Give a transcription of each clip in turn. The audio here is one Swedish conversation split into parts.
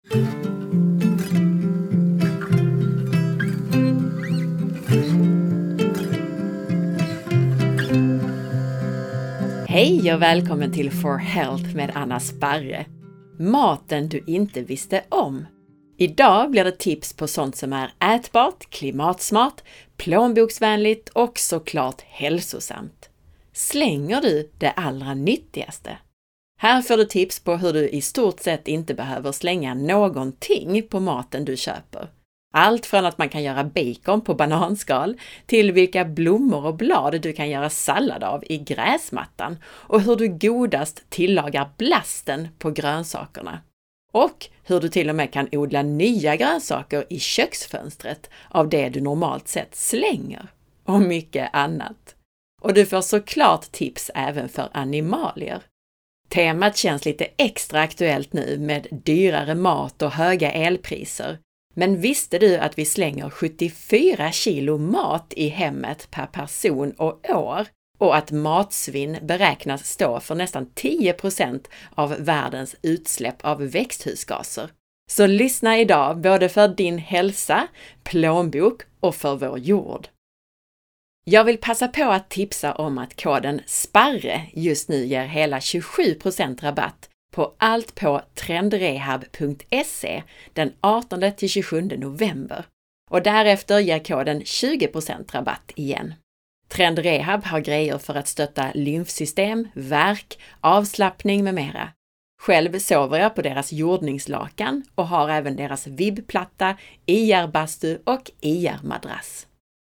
Hej och välkommen till For Health med Anna Sparre. Maten du inte visste om. Idag blir det tips på sånt som är ätbart, klimatsmart, plånboksvänligt och såklart hälsosamt. Slänger du det allra nyttigaste? Här får du tips på hur du i stort sett inte behöver slänga någonting på maten du köper. Allt från att man kan göra bacon på bananskal till vilka blommor och blad du kan göra sallad av i gräsmattan och hur du godast tillagar blasten på grönsakerna. Och hur du till och med kan odla nya grönsaker i köksfönstret av det du normalt sett slänger. Och mycket annat. Och du får såklart tips även för animalier. Temat känns lite extra aktuellt nu med dyrare mat och höga elpriser. Men visste du att vi slänger 74 kilo mat i hemmet per person och år och att matsvinn beräknas stå för nästan 10% av världens utsläpp av växthusgaser? Så lyssna idag både för din hälsa, plånbok och för vår jord. Jag vill passa på att tipsa om att koden SPARRE just nu ger hela 27% rabatt på allt på trendrehab.se den 18-27 november. Och därefter ger koden 20% rabatt igen. Trendrehab har grejer för att stötta lymfsystem, värk, avslappning med mera. Själv sover jag på deras jordningslakan och har även deras vibbplatta, IR-bastu och IR-madrass.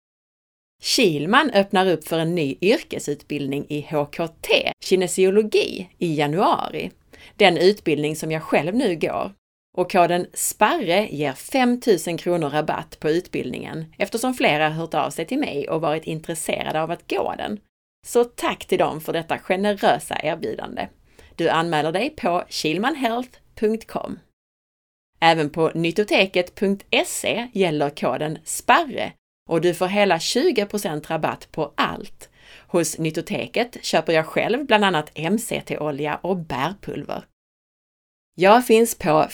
Kihlman öppnar upp för en ny yrkesutbildning i HKT, kinesiologi, i januari. Den utbildning som jag själv nu går. Och koden SPARRE ger 5 000 kronor rabatt på utbildningen eftersom flera hört av sig till mig och varit intresserade av att gå den. Så tack till dem för detta generösa erbjudande. Du anmäler dig på kihlmanhealth.com. Även på nyttoteket.se gäller koden SPARRE och du får hela 20% rabatt på allt. Hos Nyttoteket köper jag själv bland annat MCT-olja och bärpulver. Jag finns på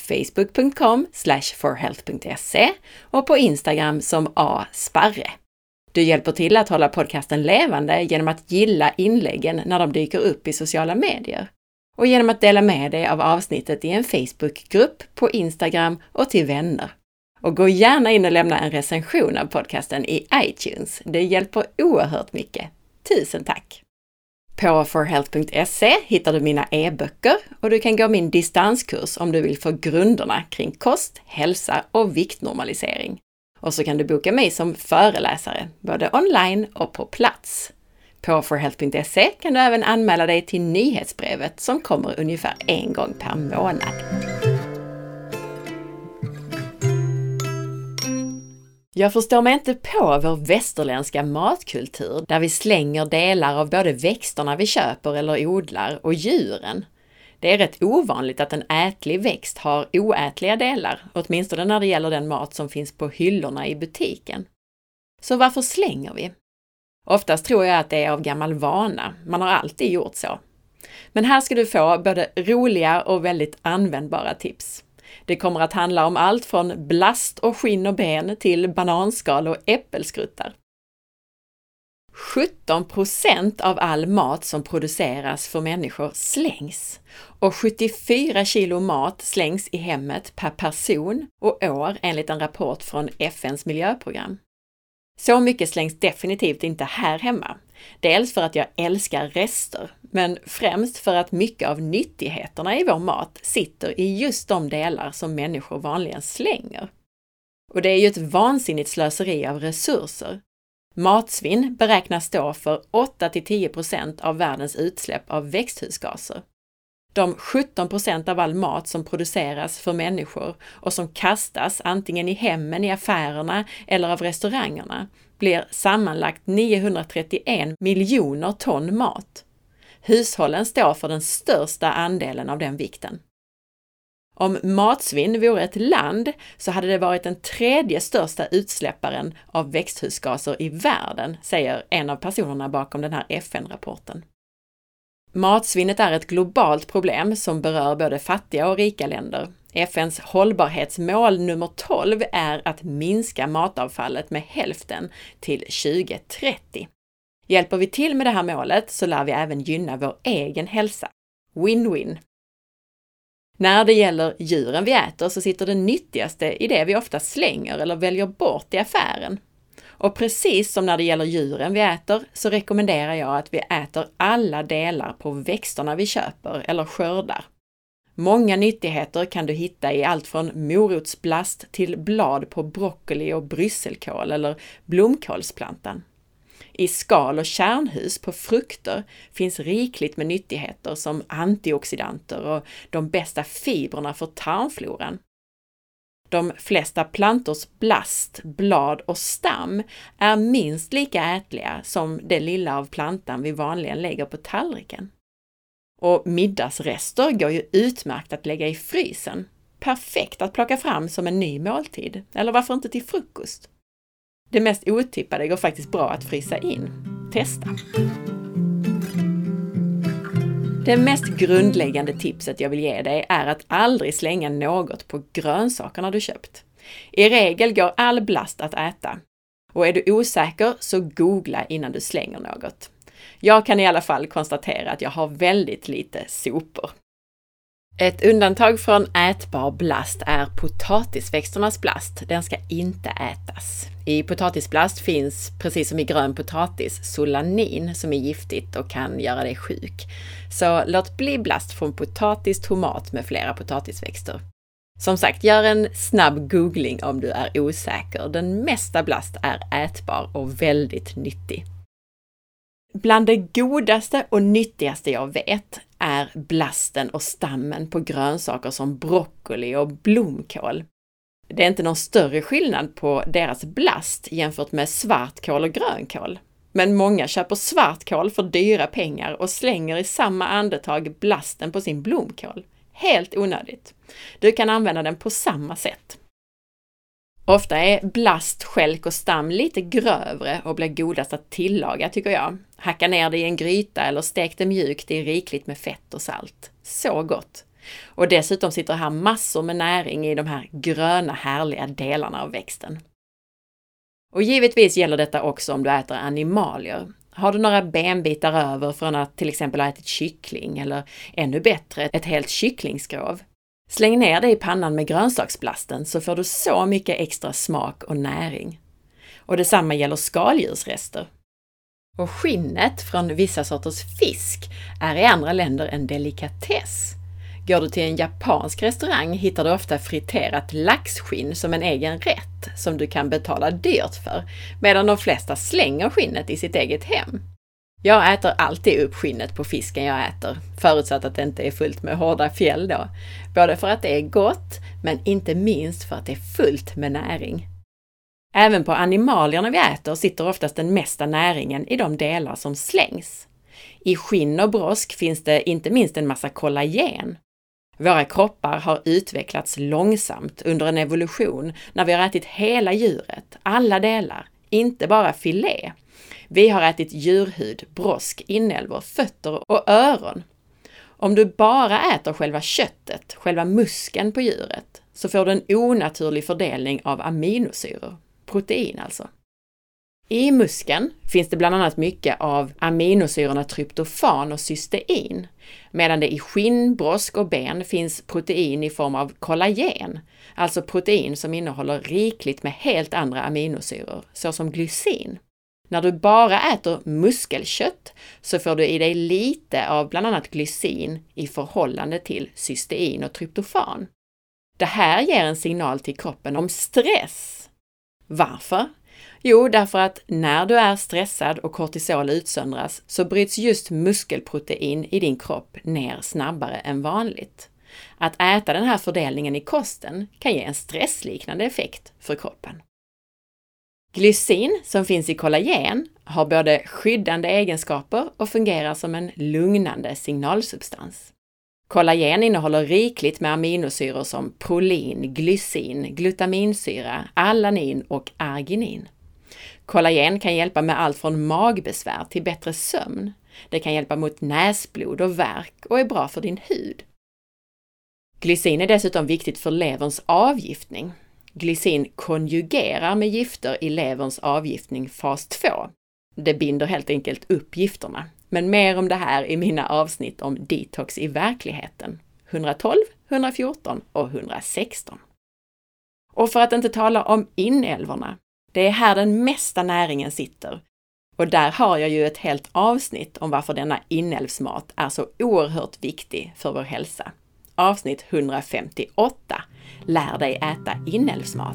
facebook.com/forhealth.se och på Instagram som asparre. Du hjälper till att hålla podcasten levande genom att gilla inläggen när de dyker upp i sociala medier och genom att dela med dig av avsnittet i en Facebookgrupp, på Instagram och till vänner. Och gå gärna in och lämna en recension av podcasten i iTunes. Det hjälper oerhört mycket. Tusen tack! På forhealth.se hittar du mina e-böcker och du kan gå min distanskurs om du vill få grunderna kring kost, hälsa och viktnormalisering. Och så kan du boka mig som föreläsare, både online och på plats. På forhealth.se kan du även anmäla dig till nyhetsbrevet som kommer ungefär 1 gång per månad. Jag förstår mig inte på vår västerländska matkultur där vi slänger delar av både växterna vi köper eller odlar och djuren. Det är rätt ovanligt att en ätlig växt har oätliga delar, åtminstone när det gäller den mat som finns på hyllorna i butiken. Så varför slänger vi? Oftast tror jag att det är av gammal vana, man har alltid gjort så. Men här ska du få både roliga och väldigt användbara tips. Det kommer att handla om allt från blast och skinn och ben till bananskal och äppelskruttar. 17% av all mat som produceras för människor slängs och 74 kilo mat slängs i hemmet per person och år enligt en rapport från FNs miljöprogram. Så mycket slängs definitivt inte här hemma. Dels för att jag älskar rester, men främst för att mycket av nyttigheterna i vår mat sitter i just de delar som människor vanligen slänger. Och det är ju ett vansinnigt slöseri av resurser. Matsvinn beräknas stå för 8-10% av världens utsläpp av växthusgaser. De 17% av all mat som produceras för människor och som kastas antingen i hemmen, i affärerna eller av restaurangerna blir sammanlagt 931 miljoner ton mat. Hushållen står för den största andelen av den vikten. Om matsvinn vore ett land så hade det varit den 3:e största utsläpparen av växthusgaser i världen, säger en av personerna bakom den här FN-rapporten. Matsvinnet är ett globalt problem som berör både fattiga och rika länder FN:s hållbarhetsmål nummer 12 är att minska matavfallet med hälften till 2030. Hjälper vi till med det här målet så lär vi även gynna vår egen hälsa. Win-win! När det gäller djuren vi äter så sitter det nyttigaste i det vi ofta slänger eller väljer bort i affären. Och precis som när det gäller djuren vi äter så rekommenderar jag att vi äter alla delar på växterna vi köper eller skördar. Många nyttigheter kan du hitta i allt från morotsblast till blad på broccoli och brysselkål eller blomkålsplantan. I skal- och kärnhus på frukter finns rikligt med nyttigheter som antioxidanter och de bästa fibrerna för tarmfloran. De flesta plantors blast, blad och stam är minst lika ätliga som det lilla av plantan vi vanligen lägger på tallriken. Och middagsrester går ju utmärkt att lägga i frysen. Perfekt att plocka fram som en ny måltid, eller varför inte till frukost? Det mest otippade går faktiskt bra att frysa in. Testa! Det mest grundläggande tipset jag vill ge dig är att aldrig slänga något på grönsakerna du köpt. I regel går all blast att äta. Och är du osäker så googla innan du slänger något. Jag kan i alla fall konstatera att jag har väldigt lite sopor. Ett undantag från ätbar blast är potatisväxternas blast. Den ska inte ätas. I potatisblast finns, precis som i grön potatis, solanin som är giftigt och kan göra dig sjuk. Så låt bli blast från potatis, tomat med flera potatisväxter. Som sagt, gör en snabb googling om du är osäker. Den mesta blast är ätbar och väldigt nyttig. Bland det godaste och nyttigaste jag vet är blasten och stammen på grönsaker som broccoli och blomkål. Det är inte någon större skillnad på deras blast jämfört med svartkål och grönkål. Men många köper svartkål för dyra pengar och slänger i samma andetag blasten på sin blomkål. Helt onödigt. Du kan använda den på samma sätt. Ofta är blast, stjälk och stam lite grövre och blir godast att tillaga tycker jag. Hacka ner det i en gryta eller stek det mjukt i rikligt med fett och salt. Så gott! Och dessutom sitter här massor med näring i de här gröna härliga delarna av växten. Och givetvis gäller detta också om du äter animalier. Har du några benbitar över från att till exempel ha ätit kyckling eller ännu bättre ett helt kycklingskrov? Släng ner det i pannan med grönsaksblasten så får du så mycket extra smak och näring. Och detsamma gäller skaldjursrester. Och skinnet från vissa sorters fisk är i andra länder en delikatess. Går du till en japansk restaurang hittar du ofta friterat laxskinn som en egen rätt som du kan betala dyrt för, medan de flesta slänger skinnet i sitt eget hem. Jag äter alltid upp skinnet på fisken jag äter, förutsatt att det inte är fullt med hårda fjäll då. Både för att det är gott, men inte minst för att det är fullt med näring. Även på animalierna vi äter sitter oftast den mesta näringen i de delar som slängs. I skinn och brosk finns det inte minst en massa kollagen. Våra kroppar har utvecklats långsamt under en evolution när vi har ätit hela djuret, alla delar, inte bara filé. Vi har ätit djurhud, brosk, inälvor, fötter och öron. Om du bara äter själva köttet, själva muskeln på djuret, så får du en onaturlig fördelning av aminosyror, protein alltså. I muskeln finns det bland annat mycket av aminosyrorna tryptofan och cystein, medan det i skinn, brosk och ben finns protein i form av kollagen, alltså protein som innehåller rikligt med helt andra aminosyror, såsom glycin. När du bara äter muskelkött så får du i dig lite av bland annat glycin i förhållande till cystein och tryptofan. Det här ger en signal till kroppen om stress. Varför? Jo, därför att när du är stressad och kortisol utsöndras så bryts just muskelprotein i din kropp ner snabbare än vanligt. Att äta den här fördelningen i kosten kan ge en stressliknande effekt för kroppen. Glycin som finns i kollagen har både skyddande egenskaper och fungerar som en lugnande signalsubstans. Kollagen innehåller rikligt med aminosyror som prolin, glycin, glutaminsyra, alanin och arginin. Kollagen kan hjälpa med allt från magbesvär till bättre sömn. Det kan hjälpa mot näsblod och värk och är bra för din hud. Glycin är dessutom viktigt för leverns avgiftning. Glycin konjugerar med gifter i leverns avgiftning fas 2. Det binder helt enkelt upp gifterna. Men mer om det här i mina avsnitt om detox i verkligheten. 112, 114 och 116. Och för att inte tala om inälvorna. Det är här den mesta näringen sitter. Och där har jag ju ett helt avsnitt om varför denna inälvsmat är så oerhört viktig för vår hälsa. Avsnitt 158. Lär dig äta inälvsmat.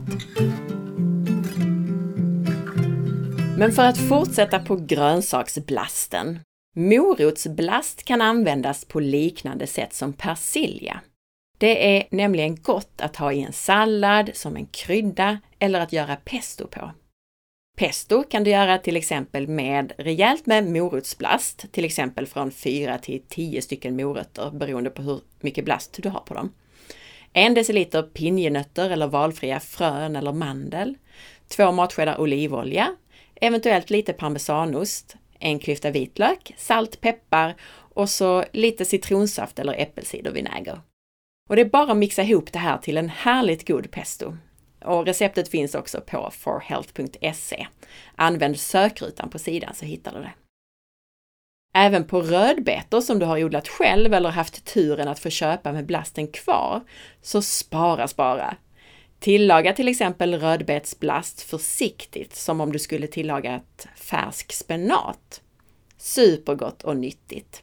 Men för att fortsätta på grönsaksblasten. Morotsblast kan användas på liknande sätt som persilja. Det är nämligen gott att ha i en sallad, som en krydda eller att göra pesto på. Pesto kan du göra till exempel med rejält med morotsblast, till exempel från 4 till 10 stycken morötter beroende på hur mycket blast du har på dem. 1 deciliter pinjenötter eller valfria frön eller mandel, 2 matskedar olivolja, eventuellt lite parmesanost, 1 klyfta vitlök, salt, peppar och så lite citronsaft eller äppelcidervinäger. Och det är bara att mixa ihop det här till en härligt god pesto. Och receptet finns också på forhealth.se. Använd sökrutan på sidan så hittar du det. Även på rödbetor som du har odlat själv eller haft turen att få köpa med blasten kvar, så spara. Tillaga till exempel rödbetsblast försiktigt som om du skulle tillaga ett färsk spenat. Supergott och nyttigt.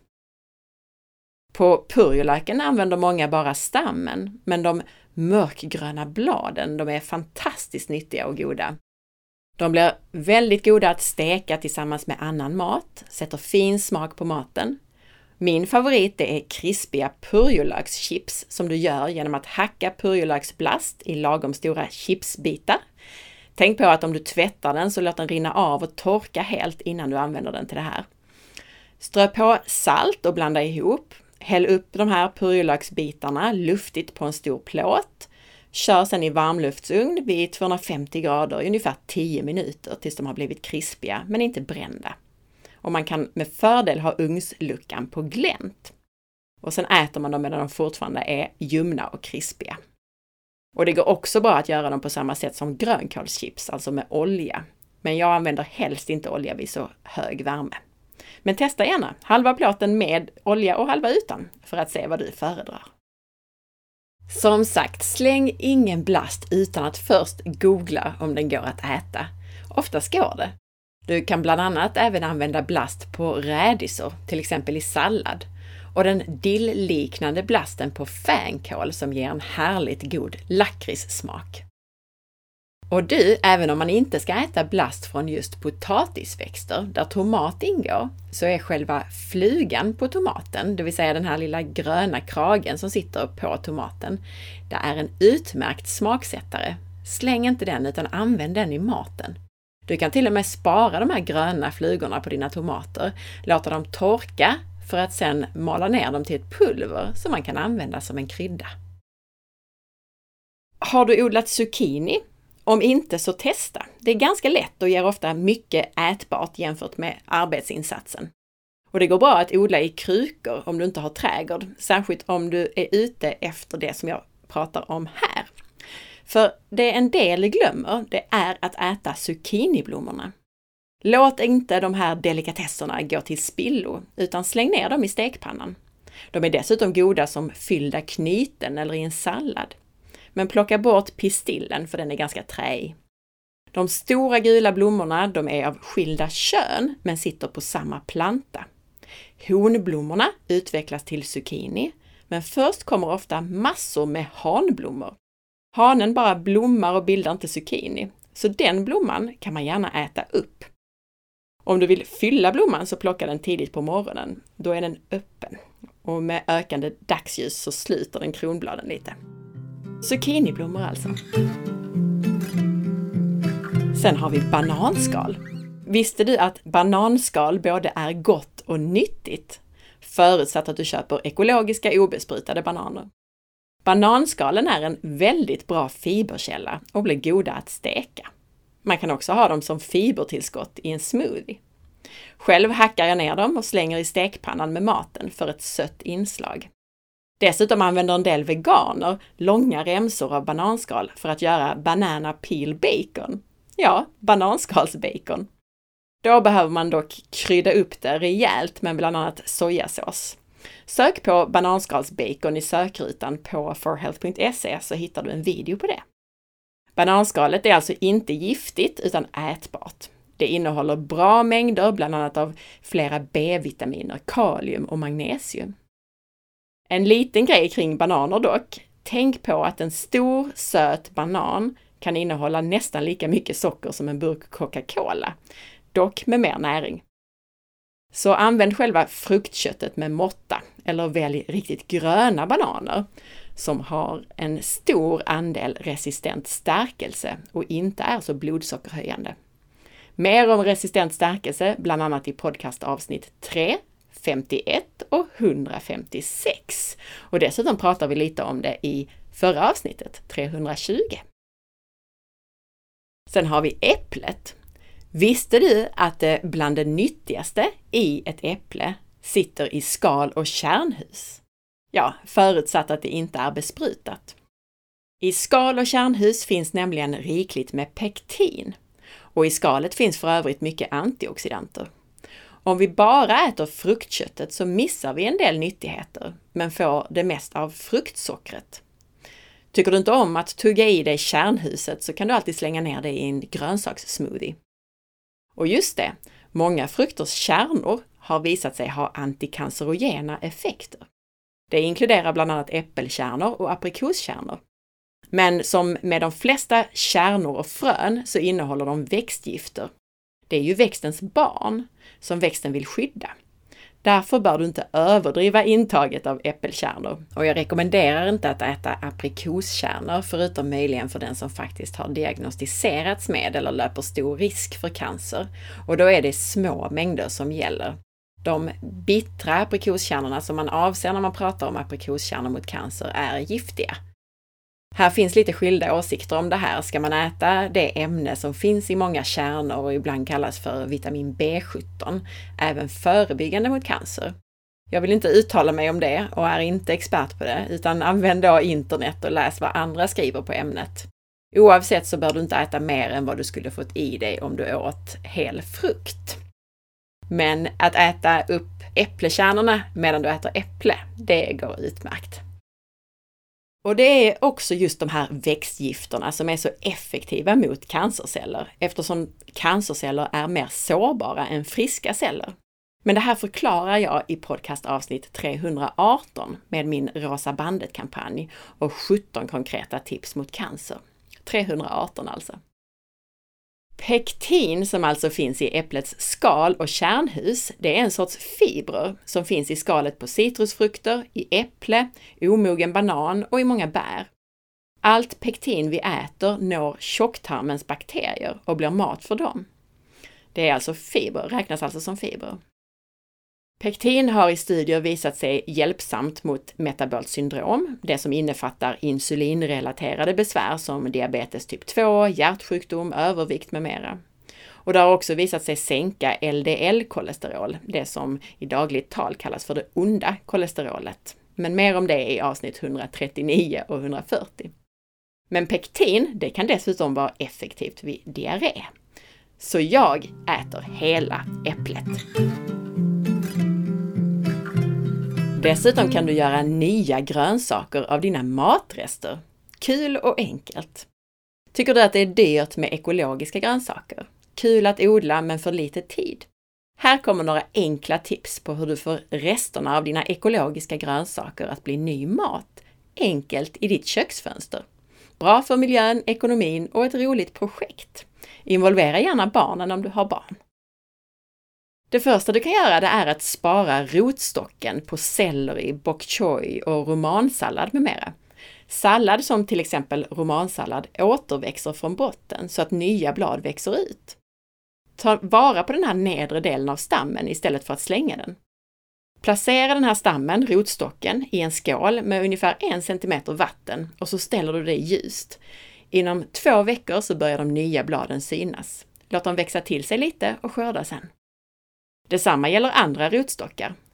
På purjolöken använder många bara stammen, men de mörkgröna bladen, de är fantastiskt nyttiga och goda. De blir väldigt goda att steka tillsammans med annan mat, sätter fin smak på maten. Min favorit är krispiga purjolökschips som du gör genom att hacka purjolöksblast i lagom stora chipsbitar. Tänk på att om du tvättar den så låt den rinna av och torka helt innan du använder den till det här. Strö på salt och blanda ihop. Häll upp de här purjolöksbitarna luftigt på en stor plåt. Kör sedan i varmluftsugn vid 250 grader i ungefär 10 minuter tills de har blivit krispiga men inte brända. Och man kan med fördel ha ugnsluckan på glänt. Och sen äter man dem medan de fortfarande är ljumna och krispiga. Och det går också bra att göra dem på samma sätt som grönkålschips, alltså med olja. Men jag använder helst inte olja vid så hög värme. Men testa gärna halva plåten med olja och halva utan för att se vad du föredrar. Som sagt, släng ingen blast utan att först googla om den går att äta. Oftast går det. Du kan bland annat även använda blast på rädisor, till exempel i sallad. Och den dill-liknande blasten på fänkål som ger en härligt god lakritssmak. Och du, även om man inte ska äta blast från just potatisväxter där tomat ingår, så är själva flugan på tomaten, det vill säga den här lilla gröna kragen som sitter på tomaten, det är en utmärkt smaksättare. Släng inte den utan använd den i maten. Du kan till och med spara de här gröna flugorna på dina tomater, låta dem torka för att sedan mala ner dem till ett pulver som man kan använda som en krydda. Har du odlat zucchini? Om inte så testa. Det är ganska lätt och ger ofta mycket ätbart jämfört med arbetsinsatsen. Och det går bra att odla i krukor om du inte har trädgård, särskilt om du är ute efter det som jag pratar om här. För det en del glömmer, det är att äta zucchiniblommorna. Låt inte de här delikatesserna gå till spillo, utan släng ner dem i stekpannan. De är dessutom goda som fyllda knyten eller i en sallad. Men plocka bort pistillen för den är ganska träig. De stora gula blommorna, de är av skilda kön men sitter på samma planta. Honblommorna utvecklas till zucchini, men först kommer ofta massor med hanblommor. Hanen bara blommar och bildar inte zucchini, så den blomman kan man gärna äta upp. Om du vill fylla blomman så plocka den tidigt på morgonen, då är den öppen. Och med ökande dagsljus så sluter den kronbladen lite. Zucchiniblommor alltså. Sen har vi bananskal. Visste du att bananskal både är gott och nyttigt? Förutsatt att du köper ekologiska obesprutade bananer. Bananskalen är en väldigt bra fiberkälla och blir goda att steka. Man kan också ha dem som fibertillskott i en smoothie. Själv hackar jag ner dem och slänger i stekpannan med maten för ett sött inslag. Dessutom använder en del veganer långa remsor av bananskal för att göra banana peel bacon. Ja, bananskalsbacon. Då behöver man dock krydda upp det rejält med bland annat sojasås. Sök på bananskalsbacon i sökrutan på forhealth.se så hittar du en video på det. Bananskalet är alltså inte giftigt utan ätbart. Det innehåller bra mängder bland annat av flera B-vitaminer, kalium och magnesium. En liten grej kring bananer dock. Tänk på att en stor söt banan kan innehålla nästan lika mycket socker som en burk Coca-Cola, dock med mer näring. Så använd själva fruktköttet med måtta eller välj riktigt gröna bananer som har en stor andel resistent stärkelse och inte är så blodsockerhöjande. Mer om resistent stärkelse bland annat i podcastavsnitt 3, 51 och 156. Och dessutom pratar vi lite om det i förra avsnittet, 320. Sen har vi äpplet. Visste du att det bland det nyttigaste i ett äpple sitter i skal- och kärnhus? Ja, förutsatt att det inte är besprutat. I skal- och kärnhus finns nämligen rikligt med pektin. Och i skalet finns för övrigt mycket antioxidanter. Om vi bara äter fruktköttet så missar vi en del nyttigheter, men får det mest av fruktsockret. Tycker du inte om att tugga i dig kärnhuset så kan du alltid slänga ner det i en grönsakssmoothie. Och just det, många frukters kärnor har visat sig ha antikancerogena effekter. Det inkluderar bland annat äppelkärnor och aprikoskärnor. Men som med de flesta kärnor och frön så innehåller de växtgifter. Det är ju växtens barn som växten vill skydda. Därför bör du inte överdriva intaget av äppelkärnor. Och jag rekommenderar inte att äta aprikoskärnor förutom möjligen för den som faktiskt har diagnostiserats med eller löper stor risk för cancer. Och då är det små mängder som gäller. De bittra aprikoskärnorna som man avser när man pratar om aprikoskärnor mot cancer är giftiga. Här finns lite skilda åsikter om det här. Ska man äta det ämne som finns i många kärnor och ibland kallas för vitamin B17, även förebyggande mot cancer? Jag vill inte uttala mig om det och är inte expert på det, utan använd då internet och läs vad andra skriver på ämnet. Oavsett så bör du inte äta mer än vad du skulle fått i dig om du åt hel frukt. Men att äta upp äpplekärnorna medan du äter äpple, det går utmärkt. Och det är också just de här växtgifterna som är så effektiva mot cancerceller, eftersom cancerceller är mer sårbara än friska celler. Men det här förklarar jag i podcastavsnitt 318 med min Rosa bandet-kampanj och 17 konkreta tips mot cancer. 318 alltså. Pektin som alltså finns i äpplets skal- och kärnhus, det är en sorts fibrer som finns i skalet på citrusfrukter, i äpple, omogen banan och i många bär. Allt pektin vi äter når tjocktarmens bakterier och blir mat för dem. Det är alltså fiber, räknas alltså som fiber. Pektin har i studier visat sig hjälpsamt mot metabolt syndrom, det som innefattar insulinrelaterade besvär som diabetes typ 2, hjärtsjukdom, övervikt med mera. Och det har också visat sig sänka LDL-kolesterol, det som i dagligt tal kallas för det onda kolesterolet. Men mer om det i avsnitt 139 och 140. Men pektin, det kan dessutom vara effektivt vid diarré. Så jag äter hela äpplet. Dessutom kan du göra nya grönsaker av dina matrester. Kul och enkelt. Tycker du att det är dyrt med ekologiska grönsaker? Kul att odla men för lite tid. Här kommer några enkla tips på hur du får resterna av dina ekologiska grönsaker att bli ny mat. Enkelt i ditt köksfönster. Bra för miljön, ekonomin och ett roligt projekt. Involvera gärna barnen om du har barn. Det första du kan göra det är att spara rotstocken på selleri, bok choy och romansallad med mera. Sallad som till exempel romansallad återväxer från botten så att nya blad växer ut. Ta vara på den här nedre delen av stammen istället för att slänga den. Placera den här stammen, rotstocken, i en skål med ungefär 1 cm vatten och så ställer du det ljust. Inom 2 veckor så börjar de nya bladen synas. Låt dem växa till sig lite och skörda sen. Detsamma gäller andra rotstockar.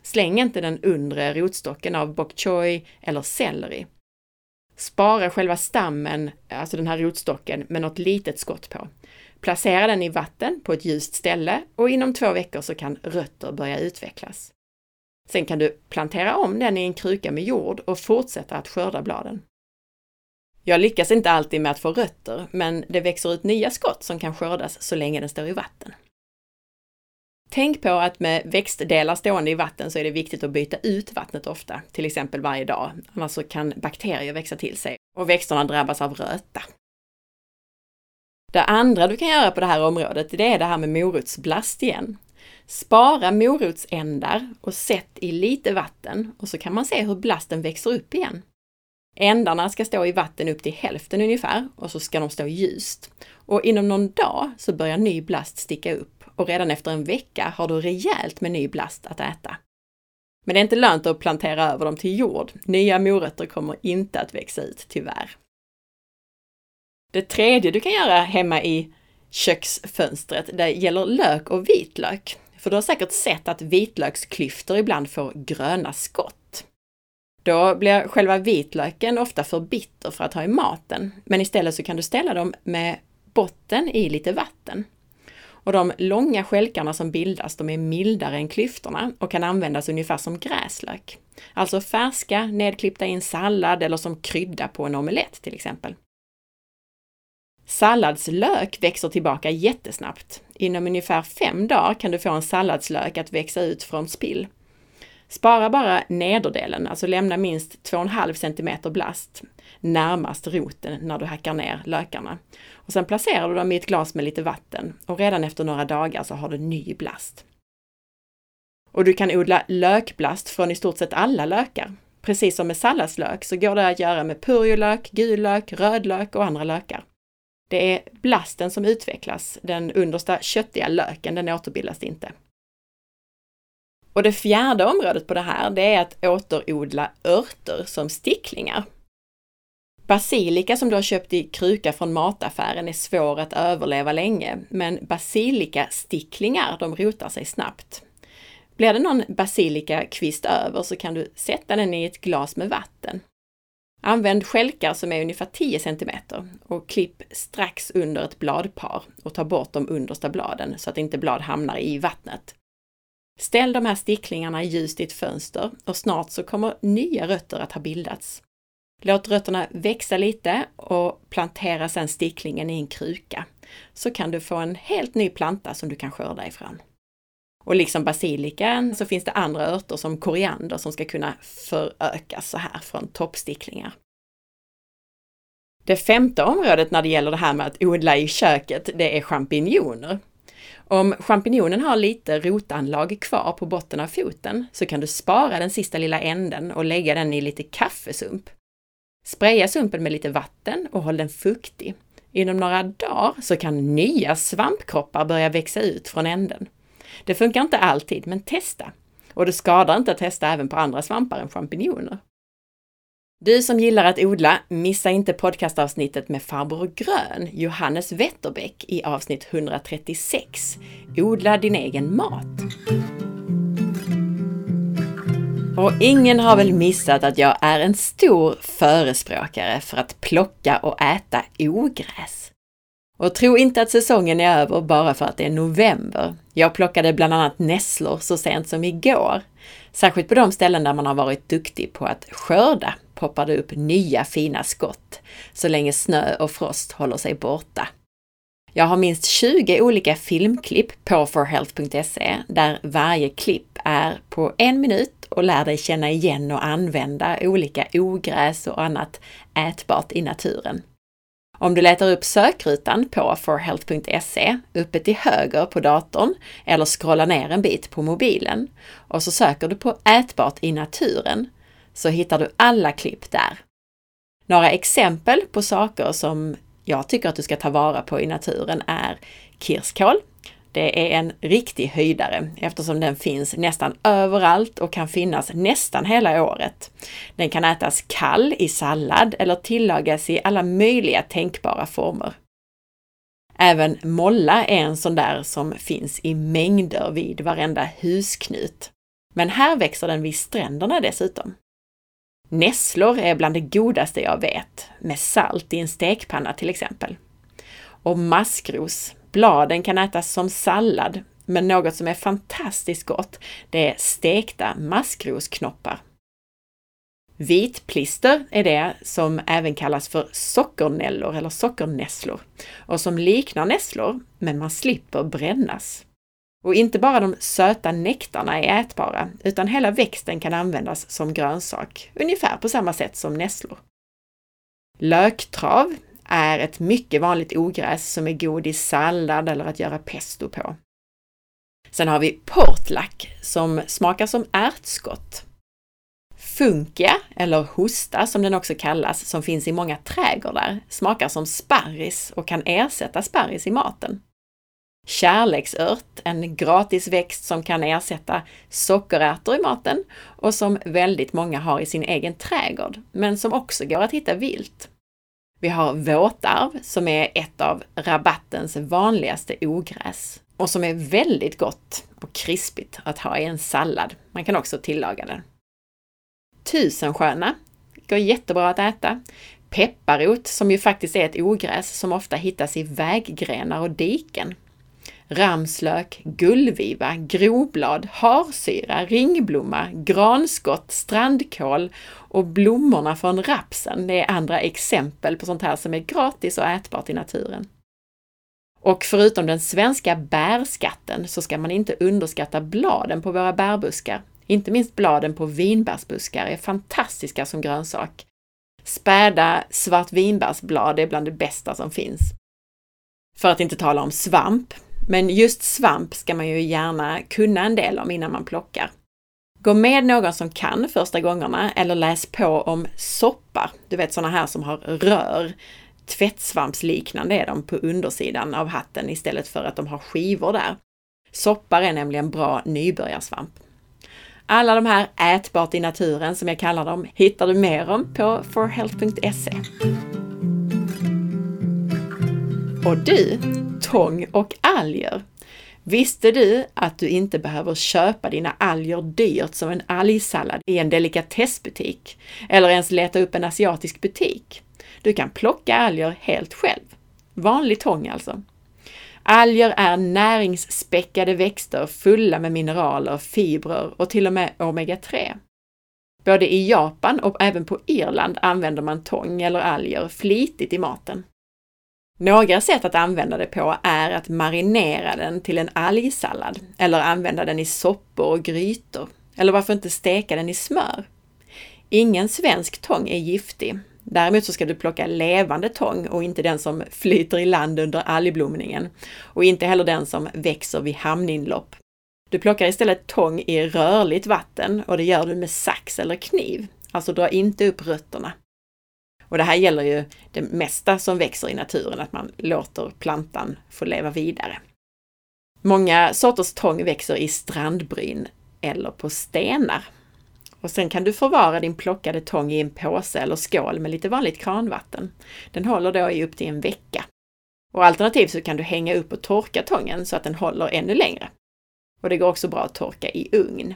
Släng inte den undre rotstocken av bok choy eller selleri. Spara själva stammen, alltså den här rotstocken, med något litet skott på. Placera den i vatten på ett ljust ställe och inom 2 veckor så kan rötter börja utvecklas. Sen kan du plantera om den i en kruka med jord och fortsätta att skörda bladen. Jag lyckas inte alltid med att få rötter, men det växer ut nya skott som kan skördas så länge den står i vatten. Tänk på att med växtdelar stående i vatten så är det viktigt att byta ut vattnet ofta, till exempel varje dag, annars så kan bakterier växa till sig och växterna drabbas av röta. Det andra du kan göra på det här området, det är det här med morotsblast igen. Spara morotsändar och sätt i lite vatten och så kan man se hur blasten växer upp igen. Ändarna ska stå i vatten upp till hälften ungefär och så ska de stå ljust. Och inom någon dag så börjar ny blast sticka upp och redan efter en vecka har du rejält med ny blast att äta. Men det är inte lönt att plantera över dem till jord. Nya morötter kommer inte att växa ut, tyvärr. Det tredje du kan göra hemma i köksfönstret, det gäller lök och vitlök. För du har säkert sett att vitlöksklyftor ibland får gröna skott. Då blir själva vitlöken ofta för bitter för att ha i maten, men istället så kan du ställa dem med botten i lite vatten. Och de långa skälkarna som bildas, de är mildare än klyftorna och kan användas ungefär som gräslök. Alltså färska, nedklippta i en sallad eller som krydda på en omelett till exempel. Salladslök växer tillbaka jättesnabbt. Inom ungefär 5 dagar kan du få en salladslök att växa ut från spill. Spara bara nederdelen, alltså lämna minst 2,5 cm blast närmast roten när du hackar ner lökarna. Och sen placerar du dem i ett glas med lite vatten och redan efter några dagar så har du ny blast. Och du kan odla lökblast från i stort sett alla lökar. Precis som med salladslök så går det att göra med purjolök, gul lök, rödlök och andra lökar. Det är blasten som utvecklas, den understa köttiga löken, den återbildas inte. Och det fjärde området på det här, det är att återodla örter som sticklingar. Basilika som du har köpt i kruka från mataffären är svår att överleva länge, men basilikasticklingar, de rotar sig snabbt. Blir det någon basilikakvist över så kan du sätta den i ett glas med vatten. Använd skälkar som är ungefär 10 cm och klipp strax under ett bladpar och ta bort de understa bladen så att inte blad hamnar i vattnet. Ställ de här sticklingarna ljust i ett fönster och snart så kommer nya rötter att ha bildats. Låt rötterna växa lite och plantera sedan sticklingen i en kruka. Så kan du få en helt ny planta som du kan skörda ifrån. Och liksom basilikan så finns det andra örter som koriander som ska kunna förökas så här från toppsticklingar. Det femte området när det gäller det här med att odla i köket, det är champinjoner. Om champinjonen har lite rotanlag kvar på botten av foten så kan du spara den sista lilla änden och lägga den i lite kaffesump. Spraya sumpen med lite vatten och håll den fuktig. Inom några dagar så kan nya svampkroppar börja växa ut från änden. Det funkar inte alltid, men testa. Och det skadar inte att testa även på andra svampar än champinjoner. Du som gillar att odla, missa inte podcastavsnittet med farbror Grön, Johannes Wetterbeck, i avsnitt 136. Odla din egen mat. Och ingen har väl missat att jag är en stor förespråkare för att plocka och äta ogräs. Och tro inte att säsongen är över bara för att det är november. Jag plockade bland annat nässlor så sent som igår. Särskilt på de ställen där man har varit duktig på att skörda poppar det upp nya fina skott så länge snö och frost håller sig borta. Jag har minst 20 olika filmklipp på forhealth.se där varje klipp är på 1 minut och lär dig känna igen och använda olika ogräs och annat ätbart i naturen. Om du letar upp sökrutan på forhealth.se uppe till höger på datorn eller scrollar ner en bit på mobilen och så söker du på ätbart i naturen så hittar du alla klipp där. Några exempel på saker som jag tycker att du ska ta vara på i naturen är kirskål. Det är en riktig höjdare eftersom den finns nästan överallt och kan finnas nästan hela året. Den kan ätas kall i sallad eller tillagas i alla möjliga tänkbara former. Även molla är en sån där som finns i mängder vid varenda husknut. Men här växer den vid stränderna dessutom. Nässlor är bland det godaste jag vet, med salt i en stekpanna till exempel. Och maskros, bladen kan ätas som sallad, men något som är fantastiskt gott, det är stekta maskrosknoppar. Vitplister är det som även kallas för sockernällor eller sockernässlor och som liknar nässlor, men man slipper brännas. Och inte bara de söta nektarna är ätbara, utan hela växten kan användas som grönsak, ungefär på samma sätt som nässlor. Löktrav är ett mycket vanligt ogräs som är god i sallad eller att göra pesto på. Sen har vi portlack som smakar som ärtskott. Funkia, eller hosta som den också kallas, som finns i många trädgårdar, smakar som sparris och kan ersätta sparris i maten. Kärleksört, en gratis växt som kan ersätta sockerärtor i maten och som väldigt många har i sin egen trädgård, men som också går att hitta vilt. Vi har våtarv som är ett av rabattens vanligaste ogräs och som är väldigt gott och krispigt att ha i en sallad. Man kan också tillaga den. Tusensköna går jättebra att äta. Pepparrot som ju faktiskt är ett ogräs som ofta hittas i väggrenar och diken. Ramslök, gullviva, groblad, harsyra, ringblomma, granskott, strandkål och blommorna från rapsen. Det är andra exempel på sånt här som är gratis och ätbart i naturen. Och förutom den svenska bärskatten så ska man inte underskatta bladen på våra bärbuskar. Inte minst bladen på vinbärsbuskar är fantastiska som grönsak. Späda svartvinbärsblad är bland det bästa som finns. För att inte tala om svamp. Men just svamp ska man ju gärna kunna en del om innan man plockar. Gå med någon som kan första gångerna eller läs på om soppar. Du vet sådana här som har rör. Tvättsvampsliknande är de på undersidan av hatten istället för att de har skivor där. Soppar är nämligen bra nybörjarsvamp. Alla de här ätbart i naturen som jag kallar dem hittar du mer om på forhealth.se. Och du, tång och alger. Visste du att du inte behöver köpa dina alger dyrt som en algsallad i en delikatessbutik eller ens leta upp en asiatisk butik? Du kan plocka alger helt själv. Vanlig tång alltså. Alger är näringsspäckade växter fulla med mineraler, fibrer och till och med omega-3. Både i Japan och även på Irland använder man tång eller alger flitigt i maten. Några sätt att använda det på är att marinera den till en algsallad eller använda den i soppor och grytor. Eller varför inte steka den i smör? Ingen svensk tång är giftig. Däremot så ska du plocka levande tång och inte den som flyter i land under algblomningen och inte heller den som växer vid hamninlopp. Du plockar istället tång i rörligt vatten och det gör du med sax eller kniv, alltså dra inte upp rötterna. Och det här gäller ju det mesta som växer i naturen, att man låter plantan få leva vidare. Många sorters tång växer i strandbryn eller på stenar. Och sen kan du förvara din plockade tång i en påse eller skål med lite vanligt kranvatten. Den håller då i upp till en vecka. Och alternativt så kan du hänga upp och torka tången så att den håller ännu längre. Och det går också bra att torka i ugn.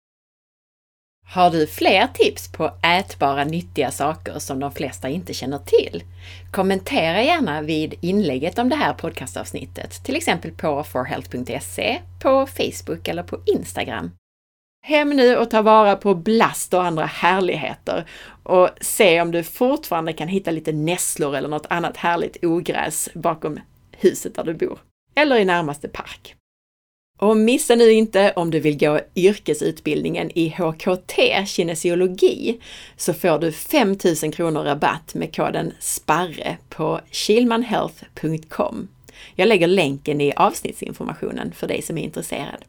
Har du fler tips på ätbara nyttiga saker som de flesta inte känner till? Kommentera gärna vid inlägget om det här podcastavsnittet, till exempel på forhealth.se, på Facebook eller på Instagram. Hem nu och ta vara på blast och andra härligheter och se om du fortfarande kan hitta lite nässlor eller något annat härligt ogräs bakom huset där du bor, eller i närmaste park. Och missa nu inte om du vill gå yrkesutbildningen i HKT kinesiologi så får du 5 000 kronor rabatt med koden SPARRE på kilmanhealth.com. Jag lägger länken i avsnittsinformationen för dig som är intresserad.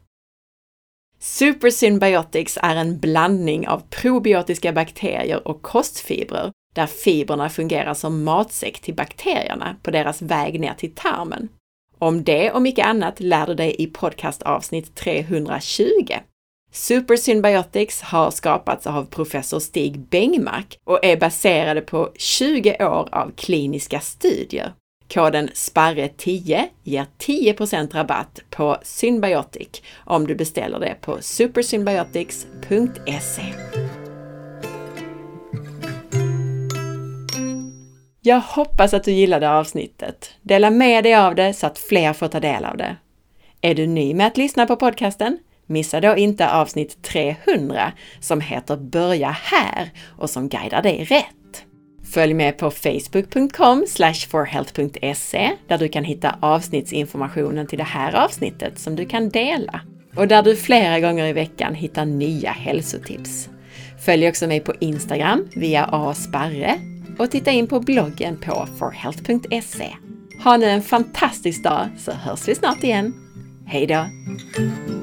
Super Synbiotics är en blandning av probiotiska bakterier och kostfibrer där fibrerna fungerar som matsäck till bakterierna på deras väg ner till tarmen. Om det och mycket annat lär du dig i podcastavsnitt 320. Super Synbiotics har skapats av professor Stig Bengmark och är baserade på 20 år av kliniska studier. Koden SPARRE10 ger 10% rabatt på Synbiotic om du beställer det på supersynbiotics.se. Jag hoppas att du gillade avsnittet. Dela med dig av det så att fler får ta del av det. Är du ny med att lyssna på podcasten? Missa då inte avsnitt 300 som heter Börja här och som guidar dig rätt. Följ med på facebook.com/forhealth.se där du kan hitta avsnittsinformationen till det här avsnittet som du kan dela. Och där du flera gånger i veckan hittar nya hälsotips. Följ också mig på Instagram via asparre och titta in på bloggen på forhealth.se. Ha nu en fantastisk dag så hörs vi snart igen. Hej då!